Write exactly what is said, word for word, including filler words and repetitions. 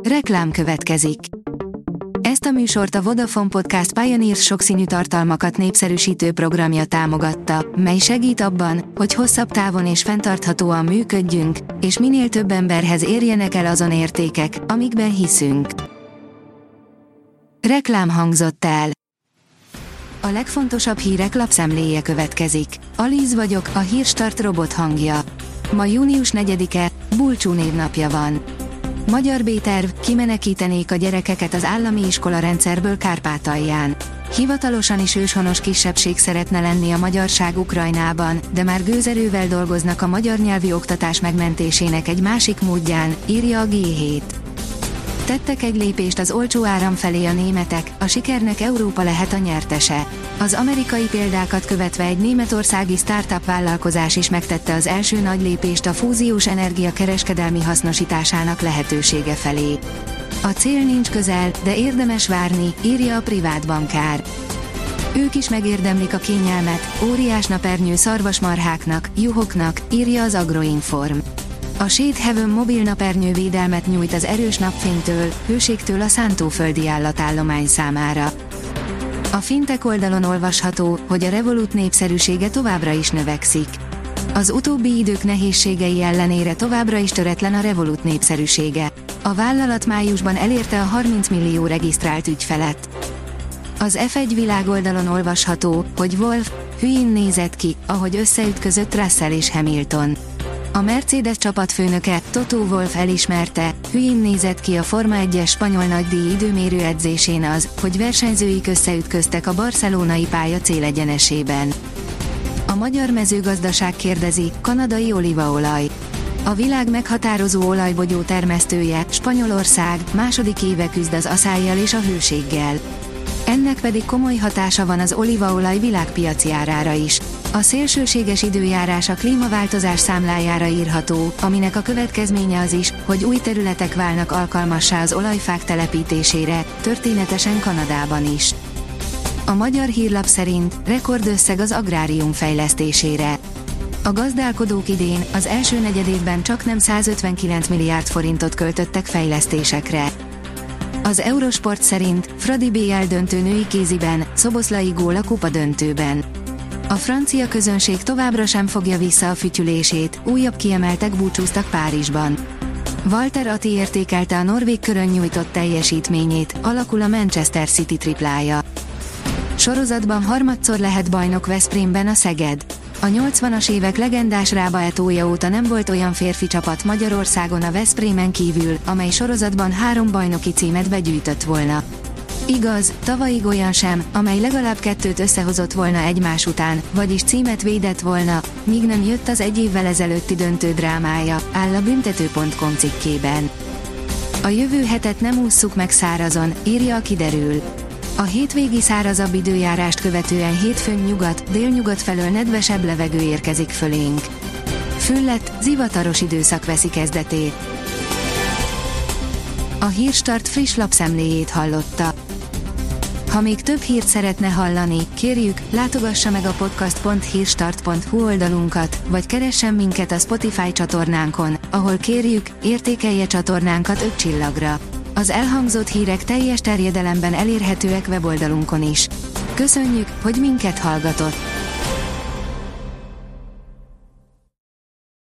Reklám következik. Ezt a műsort a Vodafone Podcast Pioneers sokszínű tartalmakat népszerűsítő programja támogatta, mely segít abban, hogy hosszabb távon és fenntarthatóan működjünk, és minél több emberhez érjenek el azon értékek, amikben hiszünk. Reklám hangzott el. A legfontosabb hírek lapszemléje következik. Alíz vagyok, a Hírstart robot hangja. Ma június negyedike, Bulcsú névnapja van. Magyar B-terv, kimenekítenék a gyerekeket az állami iskola rendszerből Kárpátalján. Hivatalosan is őshonos kisebbség szeretne lenni a magyarság Ukrajnában, de már gőzerővel dolgoznak a magyar nyelvi oktatás megmentésének egy másik módján, írja a gé hét. Tettek egy lépést az olcsó áram felé a németek, a sikernek Európa lehet a nyertese. Az amerikai példákat követve egy németországi startup vállalkozás is megtette az első nagy lépést a fúziós energia kereskedelmi hasznosításának lehetősége felé. A cél nincs közel, de érdemes várni, írja a privát bankár. Ők is megérdemlik a kényelmet, óriás napernyő szarvasmarháknak, juhoknak, írja az Agroinform. A Shade Heaven mobil napernyő védelmet nyújt az erős napfénytől, hőségtől a szántóföldi állatállomány számára. A Fintech oldalon olvasható, hogy a Revolut népszerűsége továbbra is növekszik. Az utóbbi idők nehézségei ellenére továbbra is töretlen a Revolut népszerűsége. A vállalat májusban elérte a harminc millió regisztrált ügyfelet. Az ef egy világ oldalon olvasható, hogy Wolff hülyén nézett ki, ahogy összeütközött Russell és Hamilton. A Mercedes csapatfőnöke, Toto Wolff elismerte, hülyén nézett ki a Forma egyes spanyol nagydíj időmérő edzésén az, hogy versenyzőik összeütköztek a barcelonai pálya célegyenesében. A magyar mezőgazdaság kérdezi, kanadai olívaolaj. A világ meghatározó olajbogyó termesztője, Spanyolország, második éve küzd az aszályjal és a hőséggel. Ennek pedig komoly hatása van az olívaolaj világpiaci árára is. A szélsőséges időjárás a klímaváltozás számlájára írható, aminek a következménye az is, hogy új területek válnak alkalmassá az olajfák telepítésére, történetesen Kanadában is. A Magyar Hírlap szerint rekordösszeg az agrárium fejlesztésére. A gazdálkodók idén, az első negyedévben csaknem százötvenkilenc milliárd forintot költöttek fejlesztésekre. Az Eurosport szerint Fradi bé el döntő női kéziben, Szoboszlai gól a kupa döntőben. A francia közönség továbbra sem fogja vissza a fütyülését, újabb kiemeltek búcsúztak Párizsban. Walter Atti értékelte a norvég körön nyújtott teljesítményét, alakul a Manchester City triplája. Sorozatban harmadszor lehet bajnok Veszprémben a Szeged. A nyolcvanas évek legendás Rába Etója óta nem volt olyan férfi csapat Magyarországon a Veszprémen kívül, amely sorozatban három bajnoki címet begyűjtött volna. Igaz, tavalyig olyan sem, amely legalább kettőt összehozott volna egymás után, vagyis címet védett volna, míg nem jött az egy évvel ezelőtti döntő drámája, áll a büntető pont com cikkében. A jövő hetet nem ússzuk meg szárazon, írja a Kiderül. A hétvégi szárazabb időjárást követően hétfőn nyugat, délnyugat felől nedvesebb levegő érkezik fölénk. Füllett, zivataros időszak veszi kezdetét. A Hírstart friss lapszemléjét hallotta. Ha még több hírt szeretne hallani, kérjük, látogassa meg a podcast pont hírstart pont hu oldalunkat, vagy keressen minket a Spotify csatornánkon, ahol kérjük, értékelje csatornánkat öt csillagra. Az elhangzott hírek teljes terjedelemben elérhetőek weboldalunkon is. Köszönjük, hogy minket hallgatott!